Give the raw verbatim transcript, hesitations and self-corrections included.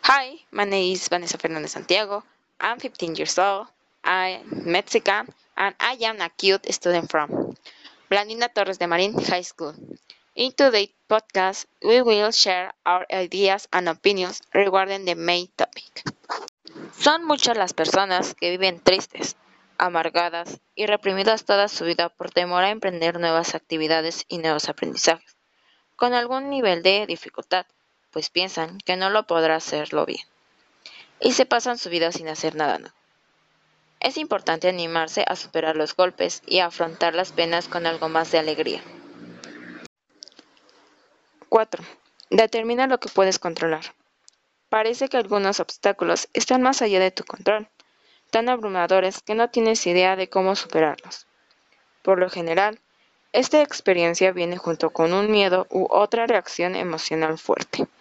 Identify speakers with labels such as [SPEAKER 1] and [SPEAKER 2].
[SPEAKER 1] Hi, my name is Vanessa Fernandez Santiago. I'm fifteen years old. I'm Mexican and I am a cute student from Blandina Torres de Marin High School. In today's podcast, we will share our ideas and opinions regarding the main topic. Son muchas las personas que viven tristes, amargadas y reprimidas toda su vida por temor a emprender nuevas actividades y nuevos aprendizajes, con algún nivel de dificultad, pues piensan que no lo podrá hacerlo bien, y se pasan su vida sin hacer nada nuevo. Es importante animarse a superar los golpes y a afrontar las penas con algo más de alegría. cuatro. Determina lo que puedes controlar. Parece que algunos obstáculos están más allá de tu control, tan abrumadores que no tienes idea de cómo superarlos. Por lo general, esta experiencia viene junto con un miedo u otra reacción emocional fuerte,